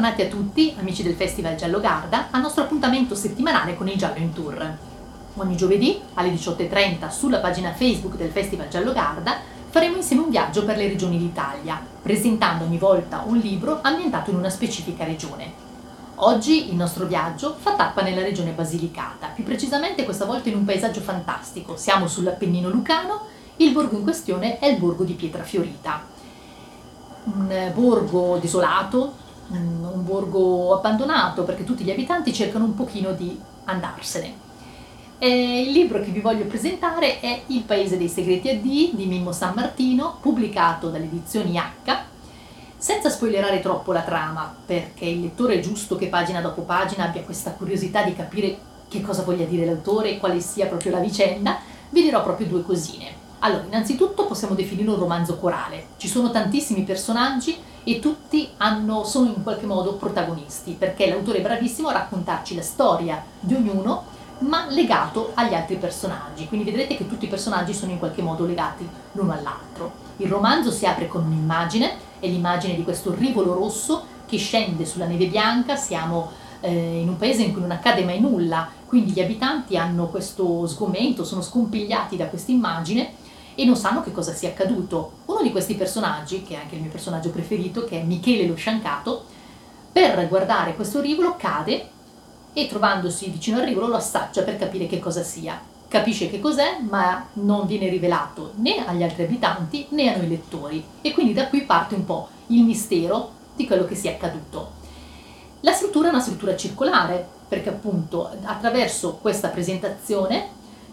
Bentornati a tutti, amici del Festival Giallo Garda, al nostro appuntamento settimanale con il Giallo in Tour. Ogni giovedì alle 18:30 sulla pagina Facebook del Festival Giallo Garda faremo insieme un viaggio per le regioni d'Italia, presentando ogni volta un libro ambientato in una specifica regione. Oggi il nostro viaggio fa tappa nella regione Basilicata, più precisamente questa volta in un paesaggio fantastico. Siamo sull'Appennino lucano, il borgo in questione è il borgo di Pietrafiorita. Un borgo desolato, un borgo abbandonato perché tutti gli abitanti cercano un pochino di andarsene. E il libro che vi voglio presentare è Il Paese dei Segreti AD di Mimmo Sammartino, pubblicato dalle edizioni H. Senza spoilerare troppo la trama, perché il lettore è giusto che pagina dopo pagina abbia questa curiosità di capire che cosa voglia dire l'autore e quale sia proprio la vicenda, vi dirò proprio due cosine. Allora, innanzitutto possiamo definire un romanzo corale. Ci sono tantissimi personaggi e tutti sono in qualche modo protagonisti, perché l'autore è bravissimo a raccontarci la storia di ognuno, ma legato agli altri personaggi. Quindi vedrete che tutti i personaggi sono in qualche modo legati l'uno all'altro. Il romanzo si apre con un'immagine, è l'immagine di questo rivolo rosso che scende sulla neve bianca. Siamo in un paese in cui non accade mai nulla, quindi gli abitanti hanno questo sgomento, sono scompigliati da questa immagine e non sanno che cosa sia accaduto. Uno di questi personaggi, che è anche il mio personaggio preferito, che è Michele lo Sciancato, per guardare questo rivolo cade e trovandosi vicino al rivolo lo assaggia per capire che cosa sia. Capisce che cos'è, ma non viene rivelato né agli altri abitanti né a noi lettori, e quindi da qui parte un po' il mistero di quello che sia accaduto. La struttura è una struttura circolare, perché appunto attraverso questa presentazione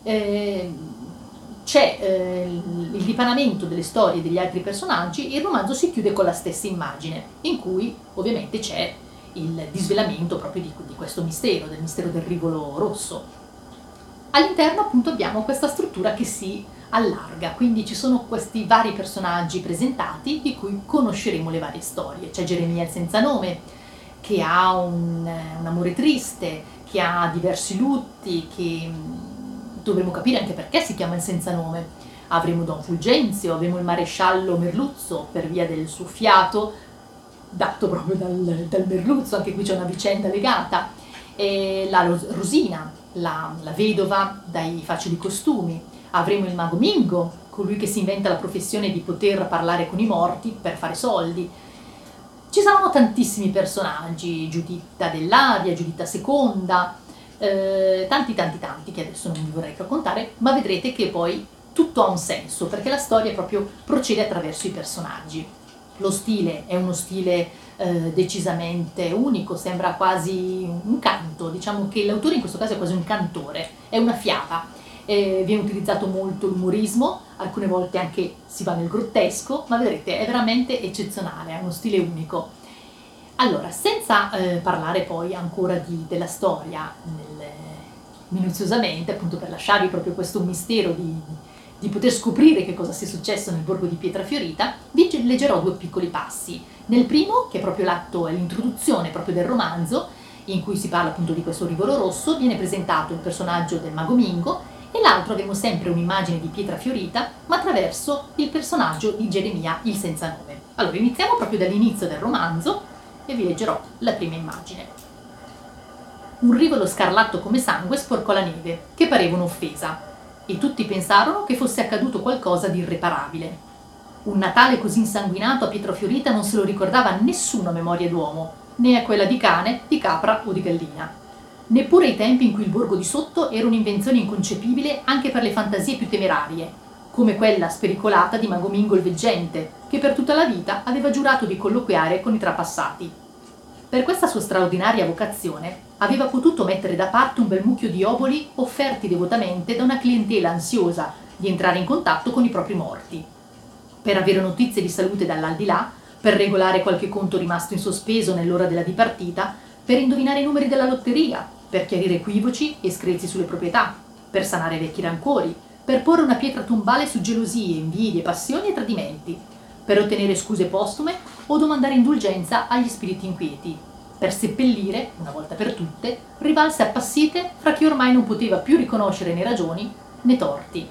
c'è il dipanamento delle storie degli altri personaggi. Il romanzo si chiude con la stessa immagine, in cui ovviamente c'è il disvelamento proprio di questo mistero, del mistero del rivolo rosso. All'interno appunto abbiamo questa struttura che si allarga, quindi ci sono questi vari personaggi presentati di cui conosceremo le varie storie. C'è Geremia il senza nome, che ha un amore triste, che ha diversi lutti, che dovremo capire anche perché si chiama il senza nome. Avremo Don Fulgenzio, avremo il maresciallo Merluzzo per via del suo fiato dato proprio dal merluzzo. Anche qui c'è una vicenda legata. E la Rosina, la vedova dai facili costumi. Avremo il mago Mingo, colui che si inventa la professione di poter parlare con i morti per fare soldi. Ci saranno tantissimi personaggi, Giuditta dell'Avia, Giuditta Seconda, tanti che adesso non vi vorrei raccontare, ma vedrete che poi tutto ha un senso, perché la storia proprio procede attraverso i personaggi. Lo stile è uno stile decisamente unico, sembra quasi un canto. Diciamo che l'autore in questo caso è quasi un cantore, è una fiaba. Viene utilizzato molto l'umorismo, alcune volte anche si va nel grottesco, ma vedrete è veramente eccezionale, ha uno stile unico. Allora, senza parlare poi ancora della storia minuziosamente, appunto per lasciarvi proprio questo mistero di poter scoprire che cosa sia successo nel borgo di Pietrafiorita, vi leggerò due piccoli passi. Nel primo, che è proprio l'atto, è l'introduzione proprio del romanzo, in cui si parla appunto di questo rivolo rosso, viene presentato il personaggio del mago Mingo, e l'altro avremo sempre un'immagine di Pietrafiorita, ma attraverso il personaggio di Geremia il senza nome. Allora, iniziamo proprio dall'inizio del romanzo e vi leggerò la prima immagine. Un rivolo scarlatto come sangue sporcò la neve, che pareva un'offesa, e tutti pensarono che fosse accaduto qualcosa di irreparabile. Un Natale così insanguinato a Pietrafiorita non se lo ricordava nessuno a memoria d'uomo, né a quella di cane, di capra o di gallina. Neppure ai tempi in cui il borgo di sotto era un'invenzione inconcepibile anche per le fantasie più temerarie, come quella spericolata di Mago Mingo il Veggente, che per tutta la vita aveva giurato di colloquiare con i trapassati. Per questa sua straordinaria vocazione aveva potuto mettere da parte un bel mucchio di oboli offerti devotamente da una clientela ansiosa di entrare in contatto con i propri morti. Per avere notizie di salute dall'aldilà, per regolare qualche conto rimasto in sospeso nell'ora della dipartita, per indovinare i numeri della lotteria, per chiarire equivoci e screzi sulle proprietà, per sanare vecchi rancori, per porre una pietra tombale su gelosie, invidie, passioni e tradimenti, per ottenere scuse postume o domandare indulgenza agli spiriti inquieti, per seppellire, una volta per tutte, rivalse appassite fra chi ormai non poteva più riconoscere né ragioni né torti.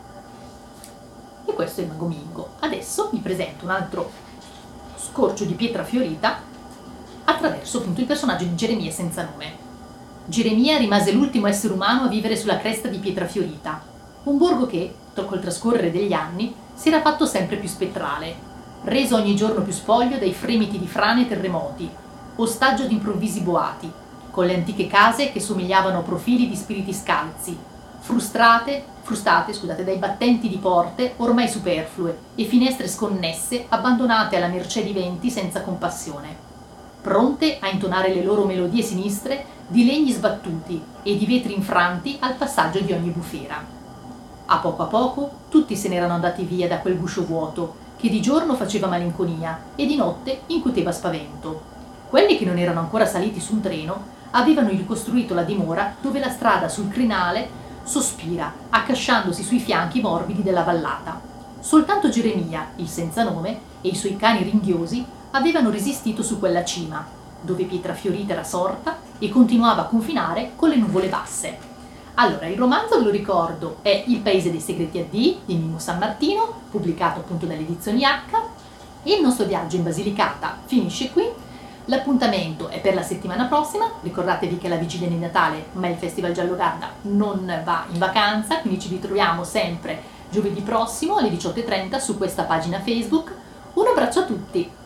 E questo è il mago Mingo. Adesso vi presento un altro scorcio di Pietrafiorita attraverso appunto il personaggio di Geremia senza nome. Geremia rimase l'ultimo essere umano a vivere sulla cresta di Pietrafiorita, un borgo che, col trascorrere degli anni, si era fatto sempre più spettrale, reso ogni giorno più spoglio dai fremiti di frane e terremoti, ostaggio di improvvisi boati, con le antiche case che somigliavano a profili di spiriti scalzi, frustate dai battenti di porte ormai superflue e finestre sconnesse abbandonate alla mercé di venti senza compassione, pronte a intonare le loro melodie sinistre di legni sbattuti e di vetri infranti al passaggio di ogni bufera. A poco tutti se n'erano andati via da quel guscio vuoto che di giorno faceva malinconia e di notte incuteva spavento. Quelli che non erano ancora saliti su un treno avevano ricostruito la dimora dove la strada sul crinale sospira, accasciandosi sui fianchi morbidi della vallata. Soltanto Geremia, il senza nome, e i suoi cani ringhiosi avevano resistito su quella cima, dove Pietrafiorita era sorta e continuava a confinare con le nuvole basse. Allora, il romanzo, ve lo ricordo, è Il paese dei segreti AD di Mimmo Sammartino, pubblicato appunto dalle edizioni H. Il nostro viaggio in Basilicata finisce qui. L'appuntamento è per la settimana prossima. Ricordatevi che è la vigilia di Natale, ma il Festival Giallogarda non va in vacanza, quindi ci ritroviamo sempre giovedì prossimo alle 18:30 su questa pagina Facebook. Un abbraccio a tutti!